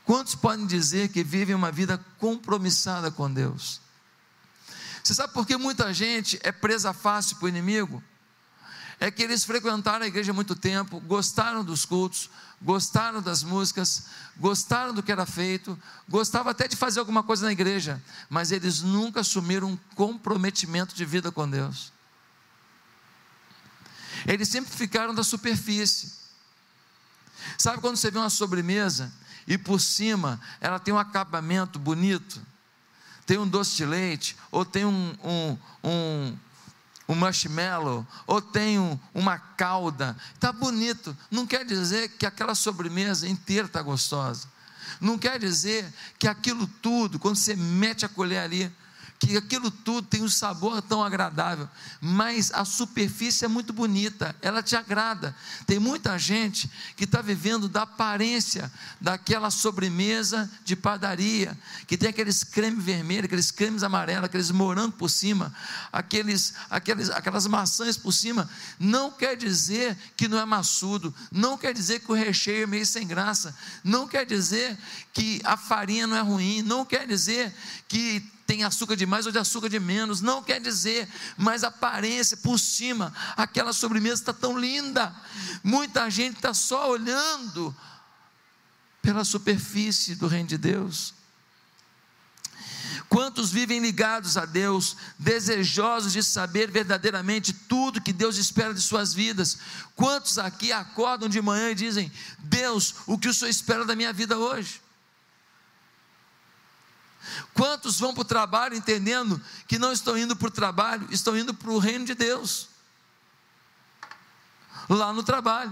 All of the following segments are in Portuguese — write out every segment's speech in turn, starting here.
Quantos podem dizer que vivem uma vida compromissada com Deus? Você sabe por que muita gente é presa fácil para o inimigo? É que eles frequentaram a igreja há muito tempo, gostaram dos cultos, gostaram das músicas, gostaram do que era feito, gostavam até de fazer alguma coisa na igreja, mas eles nunca assumiram um comprometimento de vida com Deus. Eles sempre ficaram da superfície. Sabe quando você vê uma sobremesa e por cima ela tem um acabamento bonito, tem um doce de leite, ou tem um marshmallow, ou tem uma calda, está bonito, não quer dizer que aquela sobremesa inteira está gostosa, não quer dizer que aquilo tudo, quando você mete a colher ali, que aquilo tudo tem um sabor tão agradável, mas a superfície é muito bonita, ela te agrada. Tem muita gente que está vivendo da aparência daquela sobremesa de padaria, que tem aqueles cremes vermelhos, aqueles cremes amarelos, aqueles morangos por cima, aquelas maçãs por cima. Não quer dizer que não é maçudo, não quer dizer que o recheio é meio sem graça, não quer dizer que a farinha não é ruim, não quer dizer que tem açúcar de mais ou de açúcar de menos, não quer dizer, mas a aparência por cima, aquela sobremesa está tão linda, muita gente está só olhando pela superfície do reino de Deus. Quantos vivem ligados a Deus, desejosos de saber verdadeiramente tudo que Deus espera de suas vidas? Quantos aqui acordam de manhã e dizem: Deus, o que o Senhor espera da minha vida hoje? Quantos vão para o trabalho entendendo que não estão indo para o trabalho, estão indo para o reino de Deus, lá no trabalho?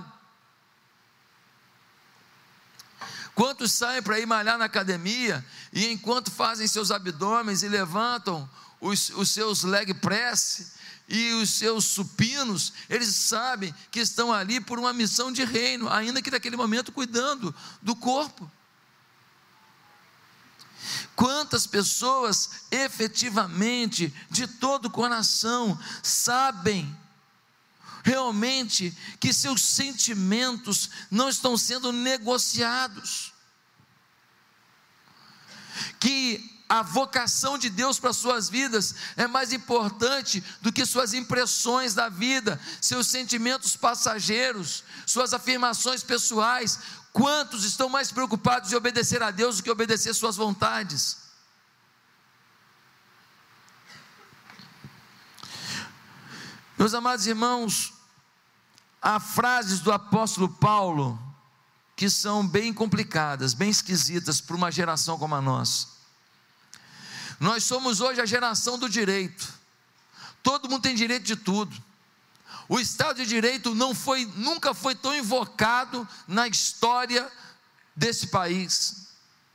Quantos saem para ir malhar na academia, e enquanto fazem seus abdômenes e levantam os seus leg press e os seus supinos, eles sabem que estão ali por uma missão de reino, ainda que naquele momento cuidando do corpo. Quantas pessoas efetivamente, de todo o coração, sabem realmente que seus sentimentos não estão sendo negociados, que a vocação de Deus para suas vidas é mais importante do que suas impressões da vida, seus sentimentos passageiros, suas afirmações pessoais? Quantos estão mais preocupados em obedecer a Deus do que obedecer suas vontades? Meus amados irmãos, há frases do apóstolo Paulo que são bem complicadas, bem esquisitas para uma geração como a nossa. Nós somos hoje a geração do direito, todo mundo tem direito de tudo. O Estado de Direito nunca foi tão invocado na história desse país.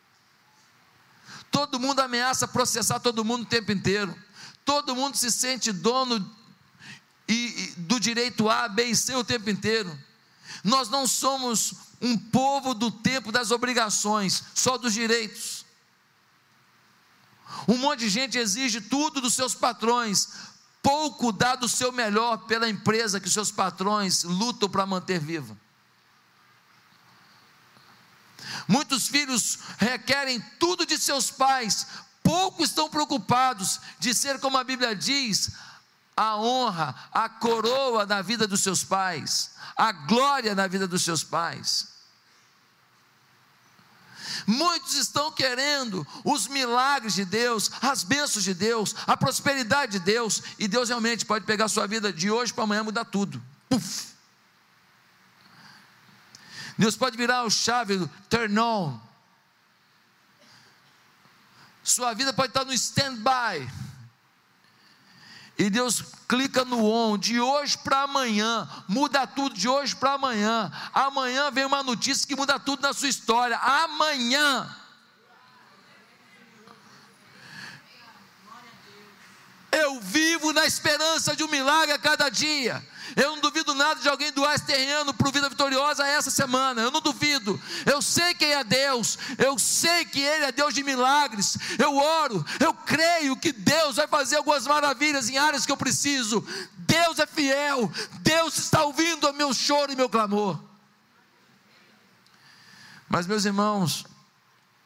Todo mundo ameaça processar todo mundo o tempo inteiro, todo mundo se sente dono do direito A, B e C o tempo inteiro. Nós não somos um povo do tempo das obrigações, só dos direitos. Um monte de gente exige tudo dos seus patrões, pouco dá do seu melhor pela empresa que os seus patrões lutam para manter viva. Muitos filhos requerem tudo de seus pais, pouco estão preocupados de ser, como a Bíblia diz, a honra, a coroa na vida dos seus pais, a glória na vida dos seus pais. Muitos estão querendo os milagres de Deus, as bênçãos de Deus, a prosperidade de Deus, e Deus realmente pode pegar a sua vida de hoje para amanhã, mudar tudo. Puf! Deus pode virar o chave do turn on. Sua vida pode estar no stand-by, e Deus clica no on, de hoje para amanhã, muda tudo de hoje para amanhã. Amanhã vem uma notícia que muda tudo na sua história, amanhã. Eu vivo na esperança de um milagre a cada dia. Eu não duvido nada de alguém doar esse terreno para o Vida Vitoriosa essa semana, eu não duvido. Eu sei quem é Deus, eu sei que Ele é Deus de milagres. Eu oro, eu creio que Deus vai fazer algumas maravilhas em áreas que eu preciso. Deus é fiel, Deus está ouvindo o meu choro e meu clamor. Mas, meus irmãos,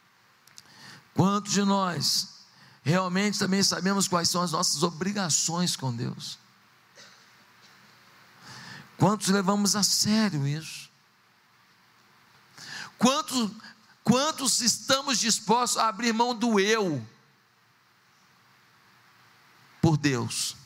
Quantos de nós realmente também sabemos quais são as nossas obrigações com Deus? Quantos levamos a sério isso? Quantos estamos dispostos a abrir mão do eu por Deus?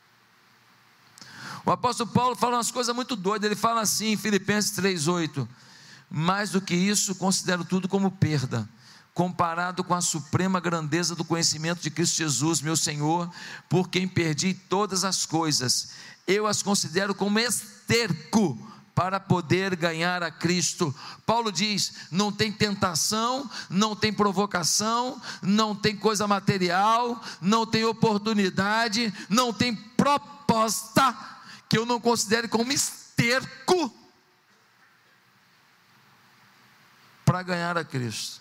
O apóstolo Paulo fala umas coisas muito doidas. Ele fala assim em Filipenses 3,8: mais do que isso, considero tudo como perda, comparado com a suprema grandeza do conhecimento de Cristo Jesus, meu Senhor, por quem perdi todas as coisas. Eu as considero como esterco para poder ganhar a Cristo. Paulo diz: não tem tentação, não tem provocação, não tem coisa material, não tem oportunidade, não tem proposta que eu não considere como esterco para ganhar a Cristo.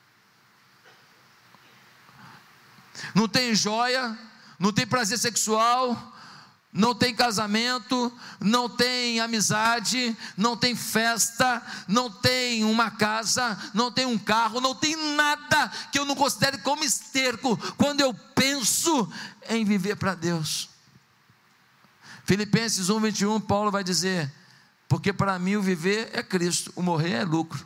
Não tem joia, não tem prazer sexual, não tem casamento, não tem amizade, não tem festa, não tem uma casa, não tem um carro, não tem nada que eu não considere como esterco quando eu penso em viver para Deus. Filipenses 1:21, Paulo vai dizer: porque para mim o viver é Cristo, o morrer é lucro.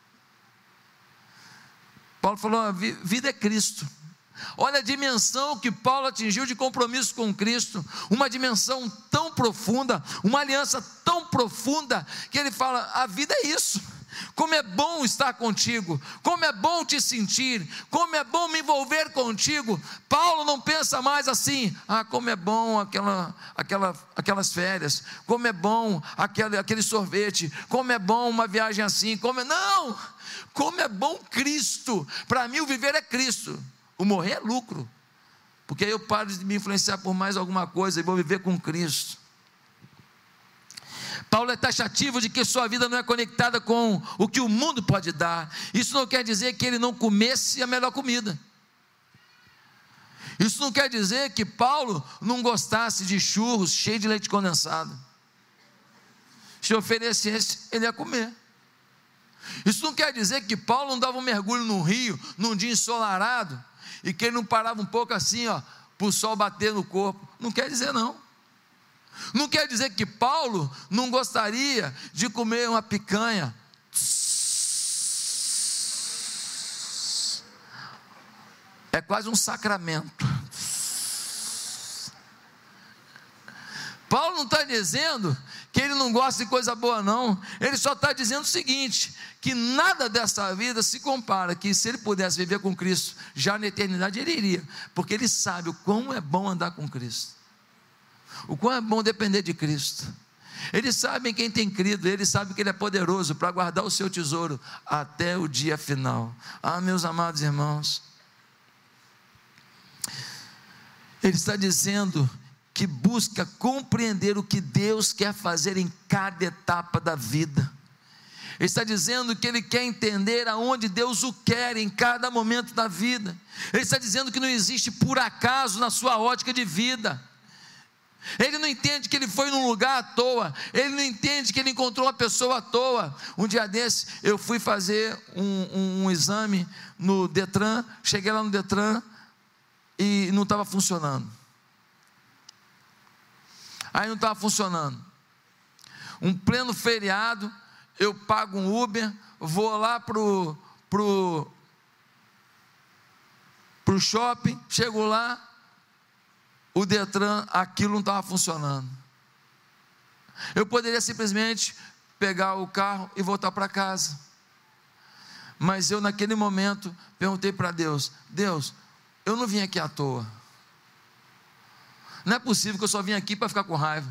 Paulo falou: a vida é Cristo. Olha a dimensão que Paulo atingiu de compromisso com Cristo, uma dimensão tão profunda, uma aliança tão profunda, que ele fala: a vida é isso. Como é bom estar contigo, como é bom te sentir, como é bom me envolver contigo. Paulo não pensa mais assim: como é bom aquelas férias, como é bom aquele sorvete, como é bom uma viagem assim, não, como é bom Cristo. Para mim o viver é Cristo, o morrer é lucro, porque aí eu paro de me influenciar por mais alguma coisa e vou viver com Cristo. Paulo é taxativo de que sua vida não é conectada com o que o mundo pode dar. Isso não quer dizer que ele não comesse a melhor comida. Isso não quer dizer que Paulo não gostasse de churros cheios de leite condensado. Se oferecesse, ele ia comer. Isso não quer dizer que Paulo não dava um mergulho no rio, num dia ensolarado, e que ele não parava um pouco assim, para o sol bater no corpo. Não quer dizer não. Não quer dizer que Paulo não gostaria de comer uma picanha. É quase um sacramento. Paulo não está dizendo que ele não gosta de coisa boa, não. Ele só está dizendo o seguinte: que nada dessa vida se compara, que se ele pudesse viver com Cristo já na eternidade, ele iria, porque ele sabe o quão é bom andar com Cristo, o quão é bom depender de Cristo. Ele sabe em quem tem crido, ele sabe que ele é poderoso para guardar o seu tesouro até o dia final. Meus amados irmãos, ele está dizendo que busca compreender o que Deus quer fazer em cada etapa da vida. Ele está dizendo que ele quer entender aonde Deus o quer em cada momento da vida. Ele está dizendo que não existe por acaso na sua ótica de vida. Ele não entende que ele foi num lugar à toa. Ele não entende que ele encontrou uma pessoa à toa. Um dia desse eu fui fazer um exame no Detran. Cheguei lá no Detran e não estava funcionando. Aí não estava funcionando. Um pleno feriado, eu pago um Uber, vou lá pro shopping, chego lá, o Detran, aquilo não estava funcionando. Eu poderia simplesmente pegar o carro e voltar para casa, mas eu naquele momento perguntei para Deus: Deus, eu não vim aqui à toa. Não é possível que eu só vim aqui para ficar com raiva.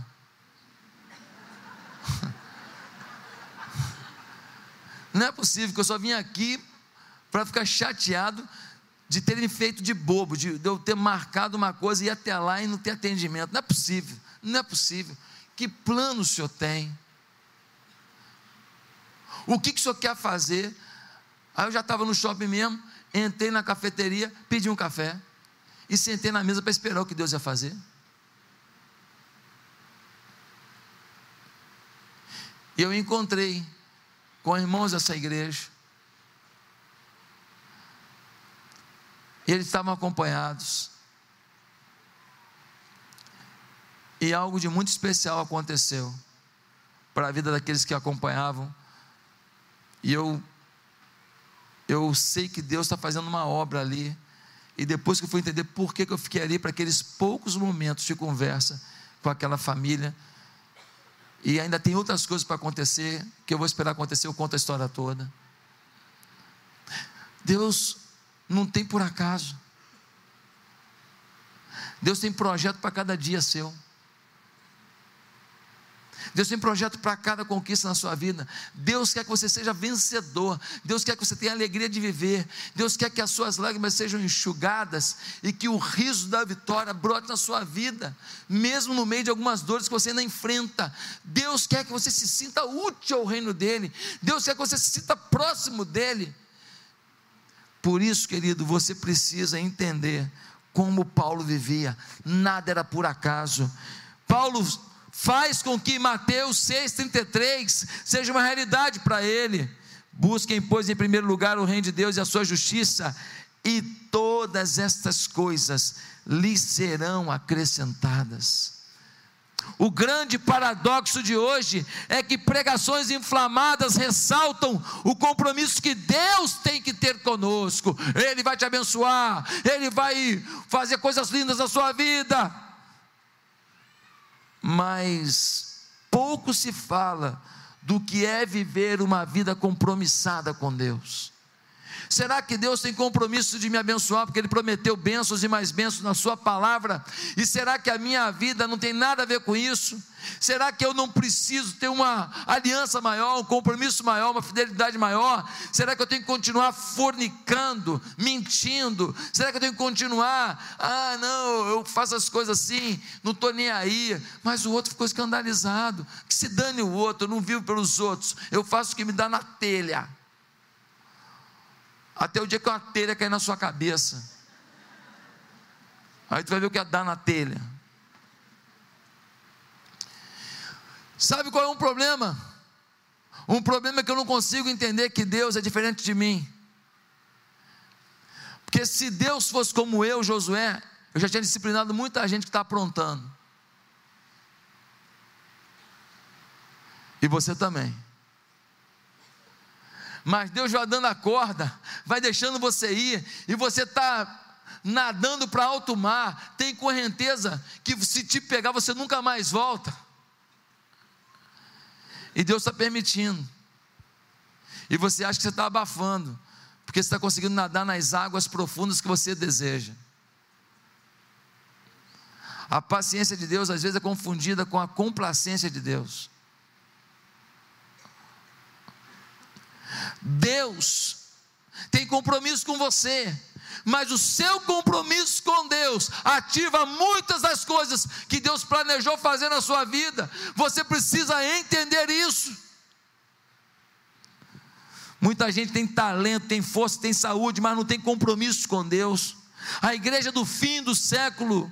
Não é possível que eu só vim aqui para ficar chateado de ter me feito de bobo, de eu ter marcado uma coisa e ir até lá e não ter atendimento. Não é possível, não é possível. Que plano o senhor tem? O que o senhor quer fazer? Aí eu já estava no shopping mesmo, entrei na cafeteria, pedi um café e sentei na mesa para esperar o que Deus ia fazer. E eu encontrei com irmãos dessa igreja, Eles estavam acompanhados. E algo de muito especial aconteceu para a vida daqueles que acompanhavam. E eu sei que Deus está fazendo uma obra ali. E depois que eu fui entender por que eu fiquei ali, para aqueles poucos momentos de conversa com aquela família. E ainda tem outras coisas para acontecer, que eu vou esperar acontecer, eu conto a história toda. Deus não tem por acaso. Deus tem projeto para cada dia seu. Deus tem projeto para cada conquista na sua vida. Deus quer que você seja vencedor. Deus quer que você tenha a alegria de viver. Deus quer que as suas lágrimas sejam enxugadas e que o riso da vitória brote na sua vida, mesmo no meio de algumas dores que você ainda enfrenta. Deus quer que você se sinta útil ao reino dEle. Deus quer que você se sinta próximo dEle. Por isso, querido, você precisa entender como Paulo vivia. Nada era por acaso. Paulo faz com que Mateus 6,33 seja uma realidade para ele. Busquem, pois, em primeiro lugar o reino de Deus e a sua justiça, e todas estas coisas lhes serão acrescentadas. O grande paradoxo de hoje é que pregações inflamadas ressaltam o compromisso que Deus tem que ter conosco. Ele vai te abençoar, Ele vai fazer coisas lindas na sua vida, mas pouco se fala do que é viver uma vida compromissada com Deus. Será que Deus tem compromisso de me abençoar, porque Ele prometeu bênçãos e mais bênçãos na sua palavra? E será que a minha vida não tem nada a ver com isso? Será que eu não preciso ter uma aliança maior, um compromisso maior, uma fidelidade maior? Será que eu tenho que continuar fornicando, mentindo? Será que eu tenho que continuar, não, eu faço as coisas assim, não estou nem aí, mas o outro ficou escandalizado, que se dane o outro, eu não vivo pelos outros, eu faço o que me dá na telha, até o dia que uma telha cair na sua cabeça, aí tu vai ver o que é dar na telha. Sabe qual é um problema? Um problema é que eu não consigo entender que Deus é diferente de mim. Porque se Deus fosse como eu, Josué, eu já tinha disciplinado muita gente que está aprontando. E você também. Mas Deus vai dando a corda, vai deixando você ir, e você está nadando para alto mar, tem correnteza que se te pegar você nunca mais volta. E Deus está permitindo. E você acha que você está abafando, porque você está conseguindo nadar nas águas profundas que você deseja. A paciência de Deus às vezes é confundida com a complacência de Deus. Deus tem compromisso com você, mas o seu compromisso com Deus ativa muitas das coisas que Deus planejou fazer na sua vida. Você precisa entender isso. Muita gente tem talento, tem força, tem saúde, mas não tem compromisso com Deus. A igreja do fim do século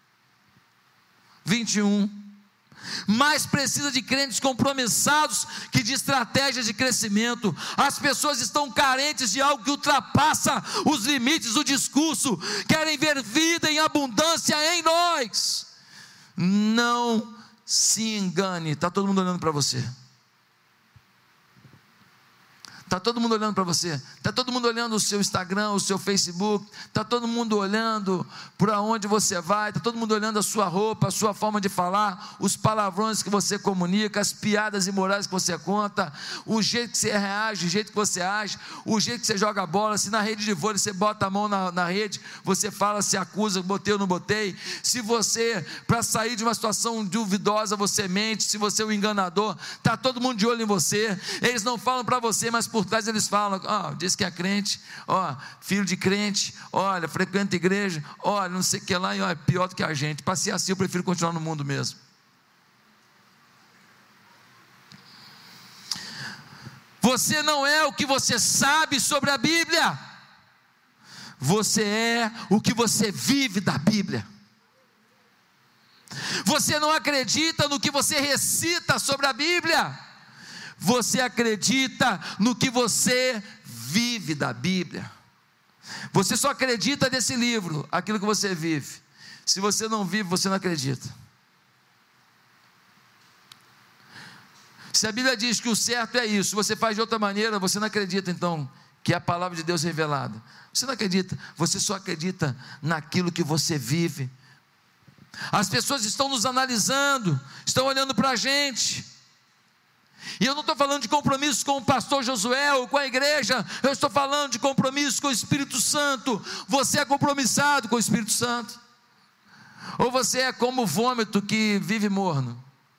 21 mais precisa de crentes compromissados que de estratégias de crescimento. As pessoas estão carentes de algo que ultrapassa os limites do discurso, querem ver vida em abundância em nós. Não se engane, está todo mundo olhando para você. Está todo mundo olhando para você, está todo mundo olhando o seu Instagram, o seu Facebook, está todo mundo olhando para onde você vai, está todo mundo olhando a sua roupa, a sua forma de falar, os palavrões que você comunica, as piadas imorais que você conta, o jeito que você reage, o jeito que você age, o jeito que você joga a bola. Se na rede de vôlei você bota a mão na rede, você fala, se acusa, botei ou não botei. Se você, para sair de uma situação duvidosa, você mente, se você é um enganador, está todo mundo de olho em você. Eles não falam para você, mas por trás eles falam, diz que é crente, filho de crente, olha, frequenta igreja, olha, não sei o que lá, e é pior do que a gente. Para ser assim, eu prefiro continuar no mundo mesmo. Você não é o que você sabe sobre a Bíblia, você é o que você vive da Bíblia. Você não acredita no que você recita sobre a Bíblia, você acredita no que você vive da Bíblia. Você só acredita nesse livro, aquilo que você vive. Se você não vive, você não acredita. Se a Bíblia diz que o certo é isso, você faz de outra maneira, você não acredita então que é a palavra de Deus revelada. Você não acredita, você só acredita naquilo que você vive. As pessoas estão nos analisando, estão olhando para a gente. E eu não estou falando de compromisso com o pastor Josué ou com a igreja, eu estou falando de compromisso com o Espírito Santo. Você é compromissado com o Espírito Santo? Ou você é como o vômito que vive morno?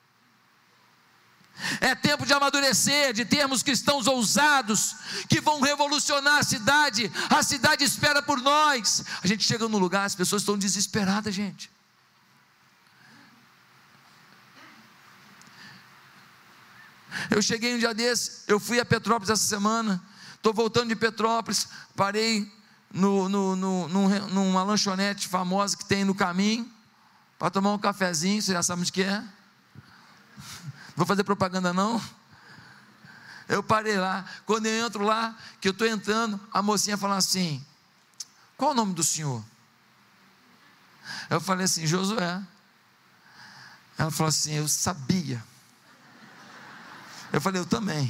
É tempo de amadurecer, de termos cristãos ousados, que vão revolucionar a cidade espera por nós. A gente chega num lugar, as pessoas estão desesperadas, gente. Eu cheguei um dia desse, eu fui a Petrópolis essa semana, estou voltando de Petrópolis, parei numa lanchonete famosa que tem no caminho, para tomar um cafezinho, você já sabe onde que é. Vou fazer propaganda não. Eu parei lá, quando eu entro lá, que eu estou entrando, a mocinha fala assim: qual o nome do senhor? Eu falei assim: Josué. Ela falou assim: eu sabia. Eu falei: eu também.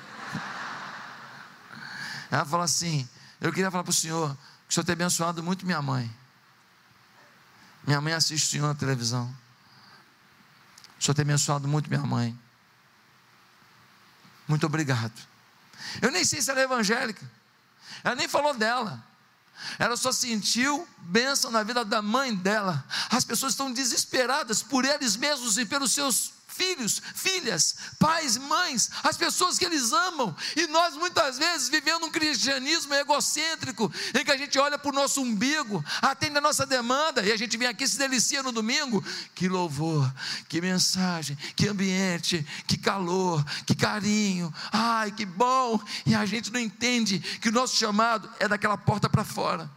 Ela falou assim: eu queria falar para o senhor que o senhor tem abençoado muito minha mãe. Minha mãe assiste o senhor na televisão. O senhor tem abençoado muito minha mãe. Muito obrigado. Eu nem sei se ela é evangélica. Ela nem falou dela. Ela só sentiu bênção na vida da mãe dela. As pessoas estão desesperadas por eles mesmos e pelos seus filhos, filhas, pais, mães, as pessoas que eles amam. E nós muitas vezes vivendo um cristianismo egocêntrico, em que a gente olha para o nosso umbigo, atende a nossa demanda, e a gente vem aqui e se delicia no domingo. Que louvor, que mensagem, que ambiente, que calor, que carinho, ai que bom. E a gente não entende que o nosso chamado é daquela porta para fora.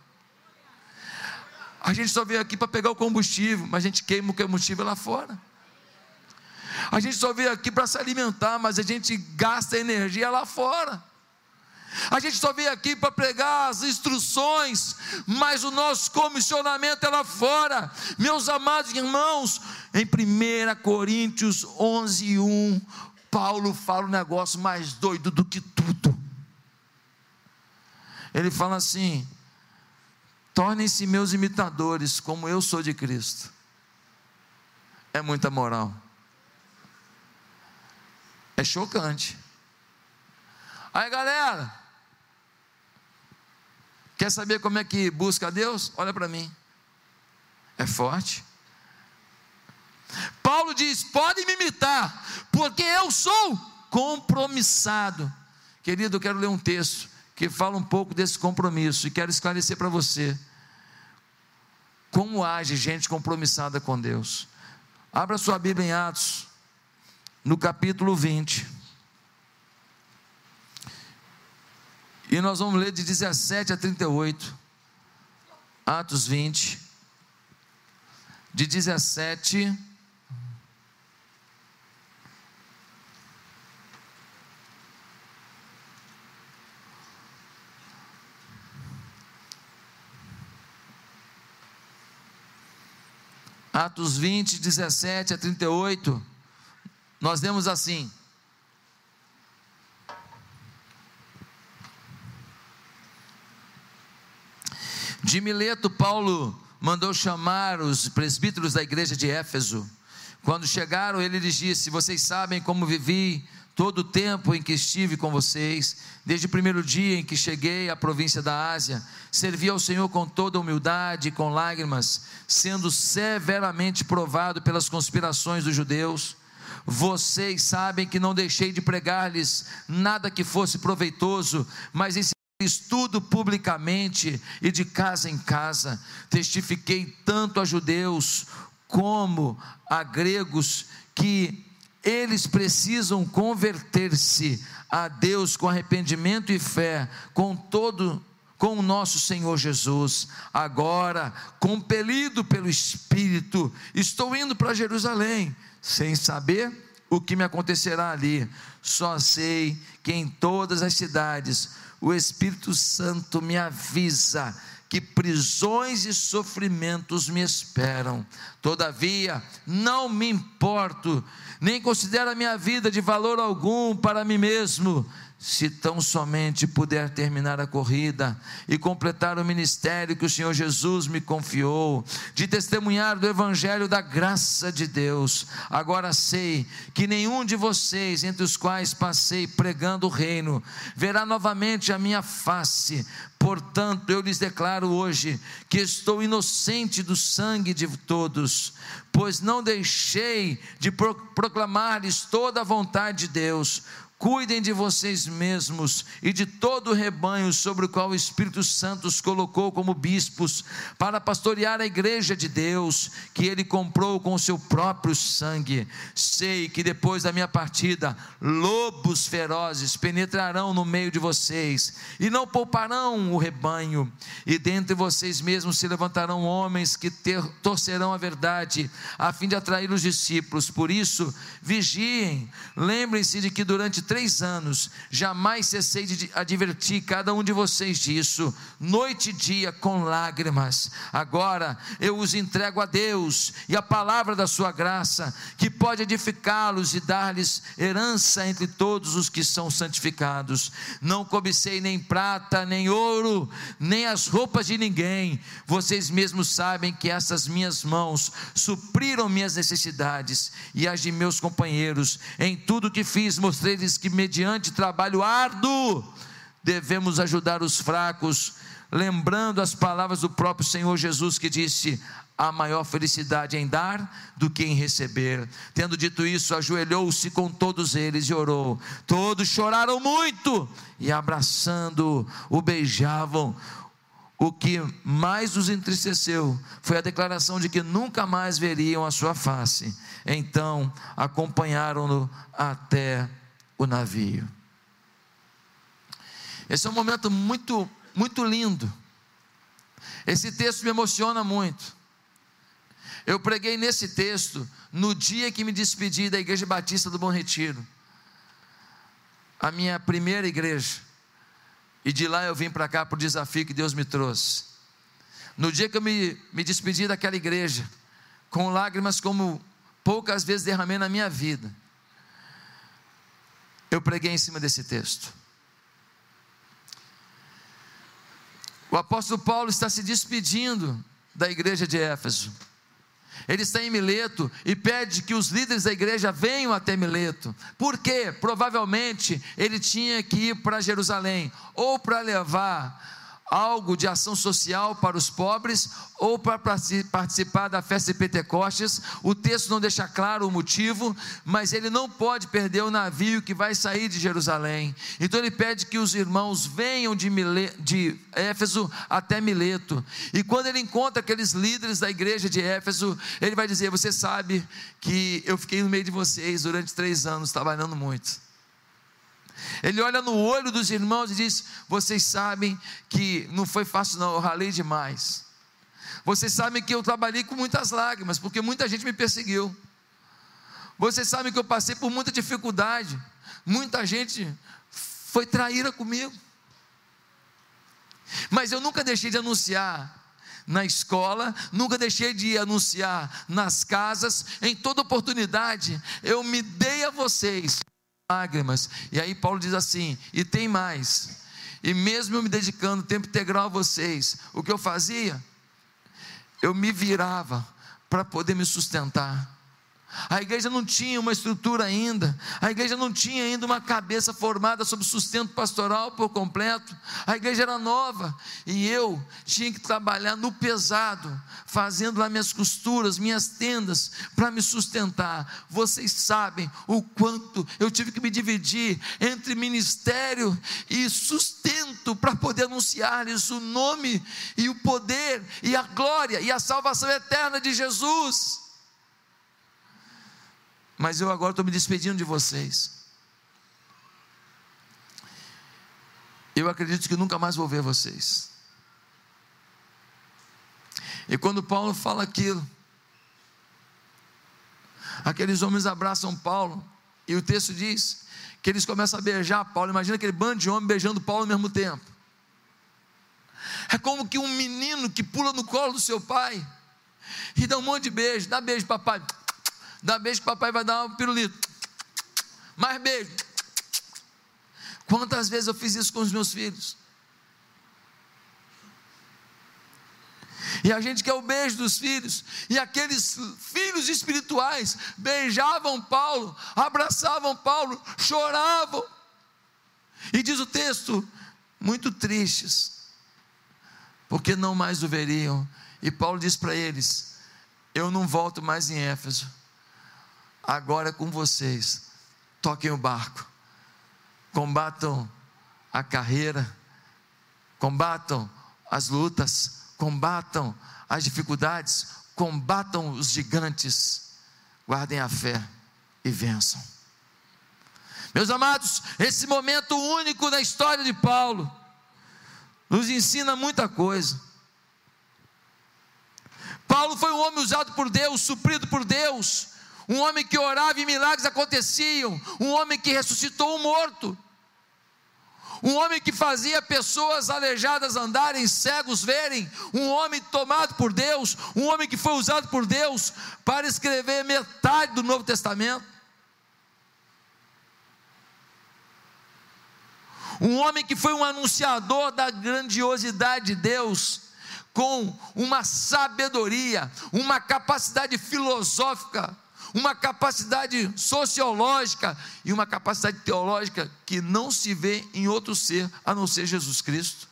A gente só veio aqui para pegar o combustível, mas a gente queima o combustível lá fora. A gente só veio aqui para se alimentar, mas a gente gasta energia lá fora. A gente só veio aqui para pregar as instruções, mas o nosso comissionamento é lá fora. Meus amados irmãos, em 1 Coríntios 11:1, Paulo fala um negócio mais doido do que tudo. Ele fala assim: tornem-se meus imitadores, como eu sou de Cristo. É muita moral. É chocante. Aí galera, quer saber como é que busca a Deus? Olha para mim. É forte. Paulo diz: podem me imitar, porque eu sou compromissado. Querido, eu quero ler um texto que fala um pouco desse compromisso, e quero esclarecer para você como age gente compromissada com Deus. Abra sua Bíblia em Atos, no capítulo 20, e nós vamos ler de 17 a 38, Atos 20, de 17 Atos 20, 17 a 38, nós lemos assim: de Mileto, Paulo mandou chamar os presbíteros da igreja de Éfeso. Quando chegaram, ele lhes disse: vocês sabem como vivi todo o tempo em que estive com vocês, desde o primeiro dia em que cheguei à província da Ásia. Servi ao Senhor com toda humildade e com lágrimas, sendo severamente provado pelas conspirações dos judeus. Vocês sabem que não deixei de pregar-lhes nada que fosse proveitoso, mas ensinei-lhes tudo publicamente e de casa em casa. Testifiquei tanto a judeus como a gregos que eles precisam converter-se a Deus com arrependimento e fé, com o nosso Senhor Jesus. Agora, compelido pelo Espírito, estou indo para Jerusalém, sem saber o que me acontecerá ali. Só sei que em todas as cidades o Espírito Santo me avisa que prisões e sofrimentos me esperam. Todavia, não me importo, nem considero a minha vida de valor algum para mim mesmo, se tão somente puder terminar a corrida e completar o ministério que o Senhor Jesus me confiou, de testemunhar do Evangelho da graça de Deus. Agora sei que nenhum de vocês, entre os quais passei pregando o reino, verá novamente a minha face. Portanto, eu lhes declaro hoje que estou inocente do sangue de todos, pois não deixei de proclamar-lhes toda a vontade de Deus. Cuidem de vocês mesmos e de todo o rebanho sobre o qual o Espírito Santo os colocou como bispos, para pastorear a igreja de Deus, que Ele comprou com o seu próprio sangue. Sei que depois da minha partida, lobos ferozes penetrarão no meio de vocês, e não pouparão o rebanho, e dentre vocês mesmos se levantarão homens que torcerão a verdade, a fim de atrair os discípulos. Por isso, vigiem, lembrem-se de que durante 3 anos, jamais cessei de advertir cada um de vocês disso, noite e dia com lágrimas. Agora eu os entrego a Deus e a palavra da sua graça, que pode edificá-los e dar-lhes herança entre todos os que são santificados. Não cobicei nem prata, nem ouro, nem as roupas de ninguém. Vocês mesmos sabem que essas minhas mãos supriram minhas necessidades e as de meus companheiros. Em tudo que fiz, mostrei-lhes que mediante trabalho árduo devemos ajudar os fracos, lembrando as palavras do próprio Senhor Jesus, que disse: há maior felicidade em dar do que em receber. Tendo dito isso, ajoelhou-se com todos eles e orou. Todos choraram muito e, abraçando, o beijavam. O que mais os entristeceu foi a declaração de que nunca mais veriam a sua face. Então acompanharam-no até o navio. Esse é um momento muito, muito lindo. Esse texto me emociona muito. Eu preguei nesse texto no dia que me despedi da Igreja Batista do Bom Retiro, a minha primeira igreja, e de lá eu vim para cá para o desafio que Deus me trouxe. No dia que eu me despedi daquela igreja, com lágrimas como poucas vezes derramei na minha vida, eu preguei em cima desse texto. O apóstolo Paulo está se despedindo da igreja de Éfeso. Ele está em Mileto e pede que os líderes da igreja venham até Mileto. Por quê? Provavelmente ele tinha que ir para Jerusalém, ou para levar algo de ação social para os pobres, ou para participar da festa de Pentecostes. O texto não deixa claro o motivo, mas ele não pode perder o navio que vai sair de Jerusalém. Então ele pede que os irmãos venham de Éfeso até Mileto, e quando ele encontra aqueles líderes da igreja de Éfeso, ele vai dizer: você sabe que eu fiquei no meio de vocês durante 3 anos, trabalhando muito. Ele olha no olho dos irmãos e diz: vocês sabem que não foi fácil não, eu ralei demais. Vocês sabem que eu trabalhei com muitas lágrimas, porque muita gente me perseguiu. Vocês sabem que eu passei por muita dificuldade, muita gente foi traíra comigo, mas eu nunca deixei de anunciar na escola, nunca deixei de anunciar nas casas. Em toda oportunidade eu me dei a vocês lágrimas. E aí Paulo diz assim: e tem mais, e mesmo eu me dedicando tempo integral a vocês, o que eu fazia? Eu me virava para poder me sustentar. A igreja não tinha uma estrutura ainda, a igreja não tinha ainda uma cabeça formada sobre sustento pastoral por completo, a igreja era nova, e eu tinha que trabalhar no pesado, fazendo lá minhas costuras, minhas tendas, para me sustentar. Vocês sabem o quanto eu tive que me dividir entre ministério e sustento, para poder anunciar-lhes o nome, e o poder, e a glória, e a salvação eterna de Jesus. Mas eu agora estou me despedindo de vocês. Eu acredito que nunca mais vou ver vocês. E quando Paulo fala aquilo, aqueles homens abraçam Paulo E o texto diz que eles começam a beijar Paulo. Imagina aquele bando de homens beijando Paulo ao mesmo tempo. É como que um menino que pula no colo do seu pai e dá um monte de beijo. Dá beijo, papai. Dá beijo que papai vai dar um pirulito. Mais beijo. Quantas vezes eu fiz isso com os meus filhos? E a gente quer o beijo dos filhos, e aqueles filhos espirituais beijavam Paulo, abraçavam Paulo, choravam, e diz o texto, muito tristes, porque não mais o veriam. E Paulo diz para eles: eu não volto mais em Éfeso, agora é com vocês, toquem o barco, combatam a carreira, combatam as lutas, combatam as dificuldades, combatam os gigantes, guardem a fé e vençam. Meus amados, esse momento único na história de Paulo nos ensina muita coisa. Paulo foi um homem usado por Deus, suprido por Deus, um homem que orava e milagres aconteciam, um homem que ressuscitou um morto, um homem que fazia pessoas aleijadas andarem, cegos verem, um homem tomado por Deus, um homem que foi usado por Deus para escrever metade do Novo Testamento, um homem que foi um anunciador da grandiosidade de Deus, com uma sabedoria, uma capacidade filosófica, uma capacidade sociológica e uma capacidade teológica que não se vê em outro ser a não ser Jesus Cristo.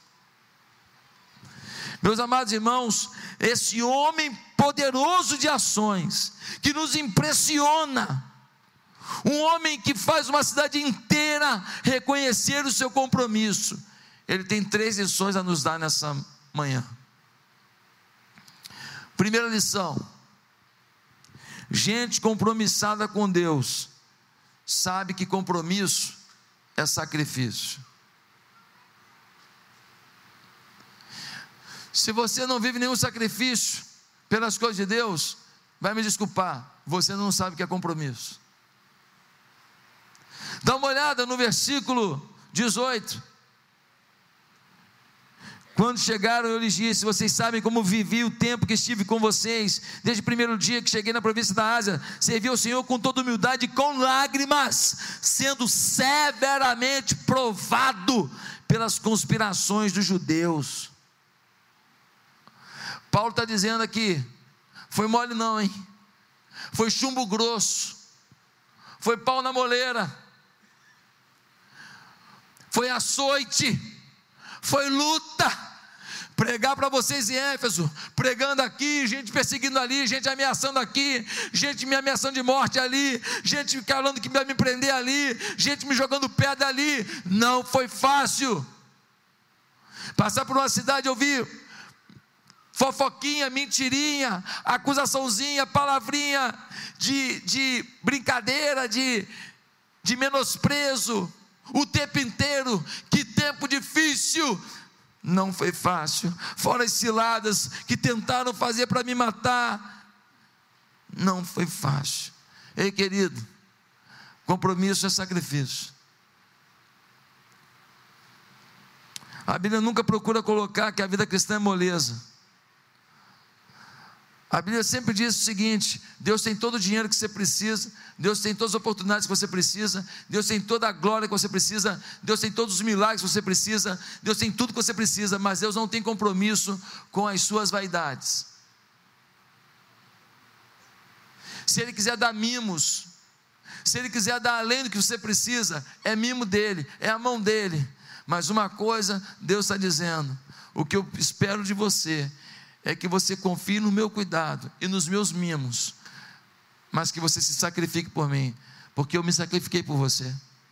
Meus amados irmãos, esse homem poderoso de ações, que nos impressiona, um homem que faz uma cidade inteira reconhecer o seu compromisso, ele tem 3 lições a nos dar nessa manhã. Primeira lição: gente compromissada com Deus sabe que compromisso é sacrifício. Se você não vive nenhum sacrifício pelas coisas de Deus, vai me desculpar, você não sabe o que é compromisso. Dá uma olhada no versículo 18. Quando chegaram, eu lhes disse: vocês sabem como vivi o tempo que estive com vocês, desde o primeiro dia que cheguei na província da Ásia, servi ao Senhor com toda humildade e com lágrimas, sendo severamente provado pelas conspirações dos judeus. Paulo está dizendo aqui, foi mole não, hein? Foi chumbo grosso, foi pau na moleira, foi açoite, foi luta. Pregar para vocês em Éfeso, pregando aqui, gente perseguindo ali, gente ameaçando aqui, gente me ameaçando de morte ali, gente falando que vai me prender ali, gente me jogando pedra ali. Não foi fácil. Passar por uma cidade, ouvir fofoquinha, mentirinha, acusaçãozinha, palavrinha de brincadeira, de menosprezo, o tempo inteiro. Que tempo difícil. Não foi fácil, fora as ciladas que tentaram fazer para me matar, não foi fácil. Ei, querido, compromisso é sacrifício. A Bíblia nunca procura colocar que a vida cristã é moleza. A Bíblia sempre diz o seguinte: Deus tem todo o dinheiro que você precisa, Deus tem todas as oportunidades que você precisa, Deus tem toda a glória que você precisa, Deus tem todos os milagres que você precisa, Deus tem tudo que você precisa, mas Deus não tem compromisso com as suas vaidades. Se Ele quiser dar mimos, se Ele quiser dar além do que você precisa, é mimo dEle, é a mão dEle. Mas uma coisa Deus está dizendo: o que eu espero de você é que você confie no meu cuidado e nos meus mimos, mas que você se sacrifique por mim, porque eu me sacrifiquei por você.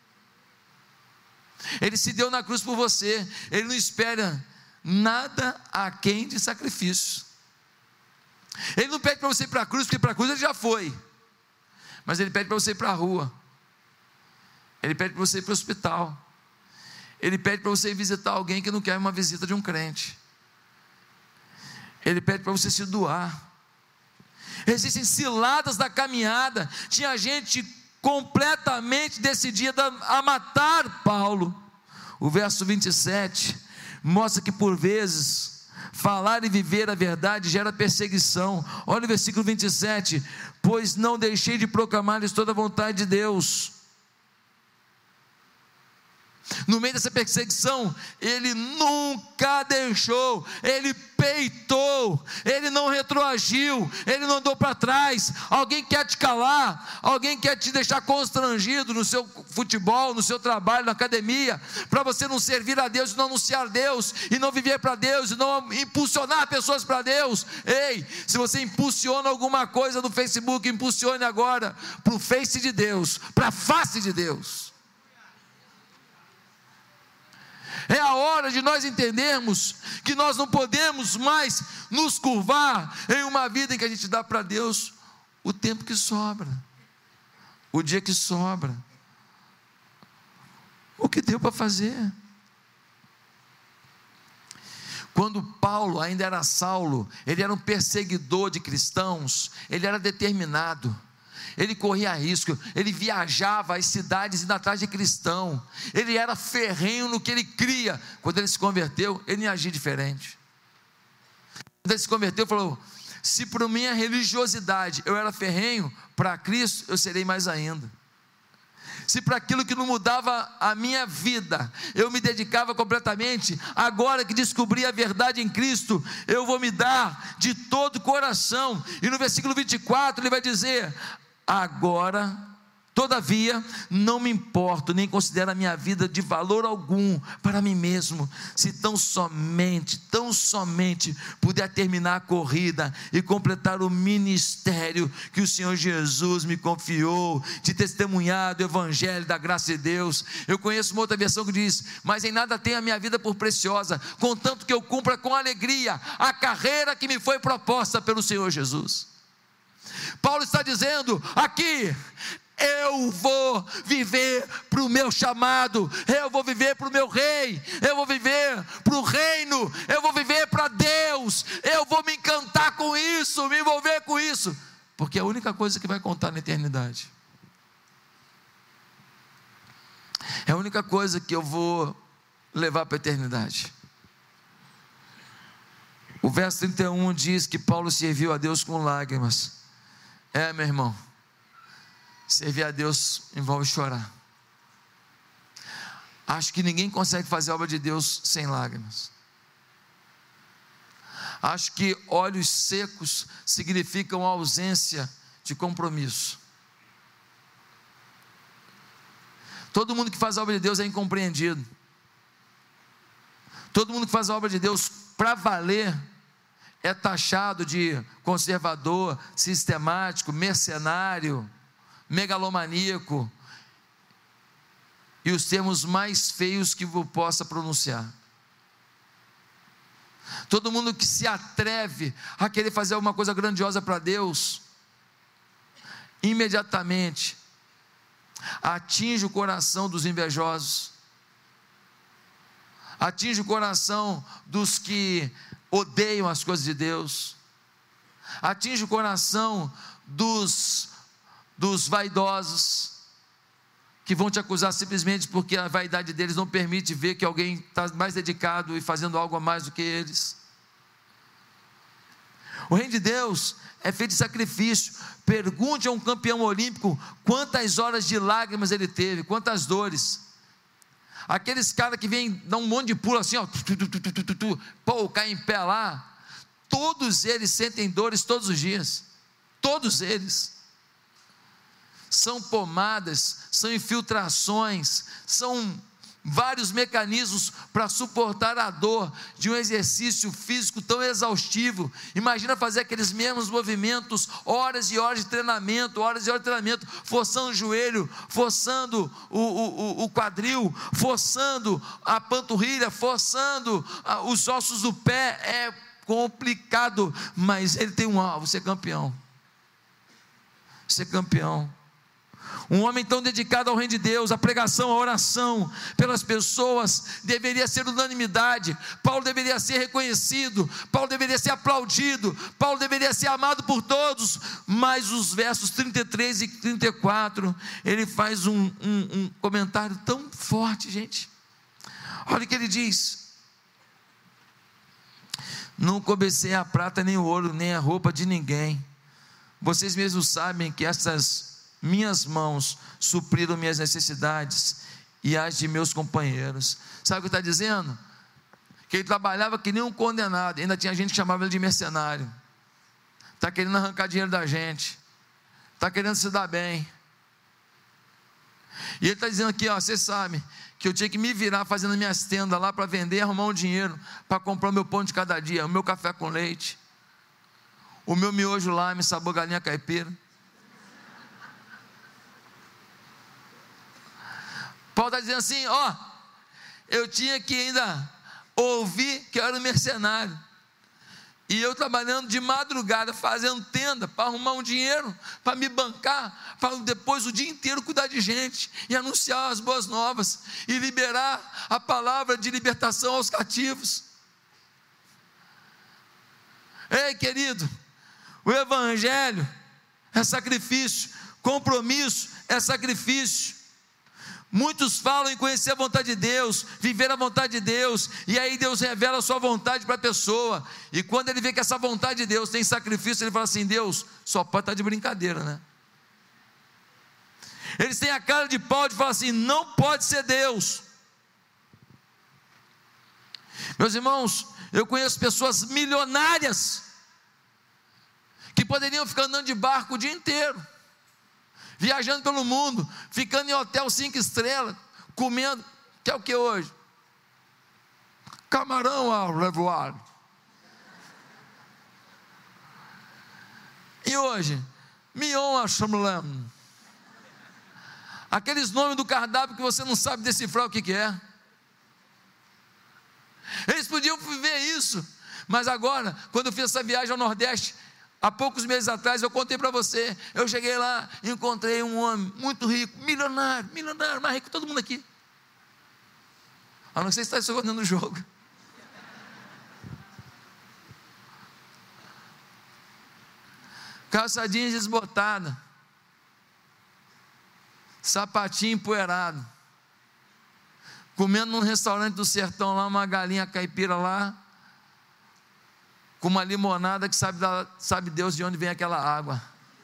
Ele se deu na cruz por você. Ele não espera nada aquém de sacrifício. Ele não pede para você ir para a cruz, porque para a cruz ele já foi, mas ele pede para você ir para a rua, ele pede para você ir para o hospital, ele pede para você ir visitar alguém que não quer uma visita de um crente, ele pede para você se doar. Existem ciladas da caminhada. Tinha gente completamente decidida a matar Paulo. O verso 27 mostra que por vezes falar e viver a verdade gera perseguição. Olha o versículo 27: pois não deixei de proclamar-lhes toda a vontade de Deus. No meio dessa perseguição, ele nunca deixou, ele peitou, ele não retroagiu, ele não andou para trás. Alguém quer te calar, alguém quer te deixar constrangido no seu futebol, no seu trabalho, na academia, para você não servir a Deus, e não anunciar Deus, e não viver para Deus, e não impulsionar pessoas para Deus. Ei, se você impulsiona alguma coisa no Facebook, impulsione agora para o Face de Deus, para a face de Deus. É a hora de nós entendermos que nós não podemos mais nos curvar em uma vida em que a gente dá para Deus o tempo que sobra, o dia que sobra, o que deu para fazer. Quando Paulo ainda era Saulo, ele era um perseguidor de cristãos, ele era determinado, ele corria risco, ele viajava às cidades indo atrás de cristão, ele era ferrenho no que ele cria. Quando ele se converteu, ele não agia diferente. Quando ele se converteu, ele falou: se por minha religiosidade eu era ferrenho, para Cristo eu serei mais ainda. Se para aquilo que não mudava a minha vida eu me dedicava completamente, agora que descobri a verdade em Cristo, eu vou me dar de todo o coração. E no versículo 24 ele vai dizer: agora, todavia, não me importo, nem considero a minha vida de valor algum para mim mesmo, se tão somente puder terminar a corrida e completar o ministério que o Senhor Jesus me confiou, de testemunhar do Evangelho, da graça de Deus. Eu conheço uma outra versão que diz: mas em nada tenho a minha vida por preciosa, contanto que eu cumpra com alegria a carreira que me foi proposta pelo Senhor Jesus. Paulo está dizendo aqui: eu vou viver para o meu chamado, eu vou viver para o meu rei, eu vou viver para o reino, eu vou viver para Deus, eu vou me encantar com isso, me envolver com isso, porque é a única coisa que vai contar na eternidade, é a única coisa que eu vou levar para a eternidade. O verso 31 diz que Paulo serviu a Deus com lágrimas. Meu irmão, servir a Deus envolve chorar. Acho que ninguém consegue fazer a obra de Deus sem lágrimas. Acho que olhos secos significam ausência de compromisso. Todo mundo que faz a obra de Deus é incompreendido. Todo mundo que faz a obra de Deus para valer é taxado de conservador, sistemático, mercenário, megalomaníaco e os termos mais feios que eu possa pronunciar. Todo mundo que se atreve a querer fazer alguma coisa grandiosa para Deus, imediatamente atinge o coração dos invejosos, atinge o coração dos que odeiam as coisas de Deus, atinge o coração dos vaidosos, que vão te acusar simplesmente porque a vaidade deles não permite ver que alguém está mais dedicado e fazendo algo a mais do que eles. O reino de Deus é feito de sacrifício. Pergunte a um campeão olímpico quantas horas de lágrimas ele teve, quantas dores. Aqueles caras que vêm dar um monte de pulo assim, ó, cai em pé lá, todos eles sentem dores todos os dias, todos eles. São pomadas, são infiltrações, são vários mecanismos para suportar a dor de um exercício físico tão exaustivo. Imagina fazer aqueles mesmos movimentos, horas e horas de treinamento, forçando o joelho, forçando o quadril, forçando a panturrilha, forçando os ossos do pé. É complicado, mas ele tem um alvo: ser campeão. Ser campeão. Um homem tão dedicado ao reino de Deus, a pregação, a oração pelas pessoas deveria ser unanimidade. Paulo deveria ser reconhecido, Paulo deveria ser aplaudido, Paulo deveria ser amado por todos. Mas os versos 33 e 34, ele faz um comentário tão forte, gente. Olha o que ele diz: não cobicei a prata nem o ouro, nem a roupa de ninguém. Vocês mesmos sabem que essas minhas mãos supriram minhas necessidades e as de meus companheiros. Sabe o que está dizendo? Que ele trabalhava que nem um condenado. Ainda tinha gente que chamava ele de mercenário. Está querendo arrancar dinheiro da gente, está querendo se dar bem. E ele está dizendo aqui, ó, vocês sabem que eu tinha que me virar fazendo minhas tendas lá para vender, arrumar um dinheiro para comprar o meu pão de cada dia, o meu café com leite, o meu miojo lime, sabor galinha caipira. Paulo está dizendo assim, ó, eu tinha que ainda ouvir que eu era um mercenário, e eu trabalhando de madrugada, fazendo tenda, para arrumar um dinheiro, para me bancar, para depois o dia inteiro cuidar de gente, e anunciar as boas novas, e liberar a palavra de libertação aos cativos. Ei, querido, o evangelho é sacrifício, compromisso é sacrifício. Muitos falam em conhecer a vontade de Deus, viver a vontade de Deus, e aí Deus revela a sua vontade para a pessoa, e quando ele vê que essa vontade de Deus tem sacrifício, ele fala assim, Deus, só pode estar de brincadeira, né? Eles têm a cara de pau de falar assim, não pode ser Deus. Meus irmãos, eu conheço pessoas milionárias, que poderiam ficar andando de barco o dia inteiro, viajando pelo mundo, ficando em hotel 5 estrelas, comendo, que é o que hoje? Camarão ao revoar. E hoje? Mignon à chamblin. Aqueles nomes do cardápio que você não sabe decifrar o que é. Eles podiam viver isso, mas agora, quando eu fiz essa viagem ao Nordeste, há poucos meses atrás, eu contei para você, eu cheguei lá, encontrei um homem muito rico, milionário, mais rico que todo mundo aqui, a não ser se está escondendo no jogo. Calça jeans desbotada, sapatinho empoeirado, comendo num restaurante do sertão lá, uma galinha caipira lá, com uma limonada que sabe Deus de onde vem aquela água,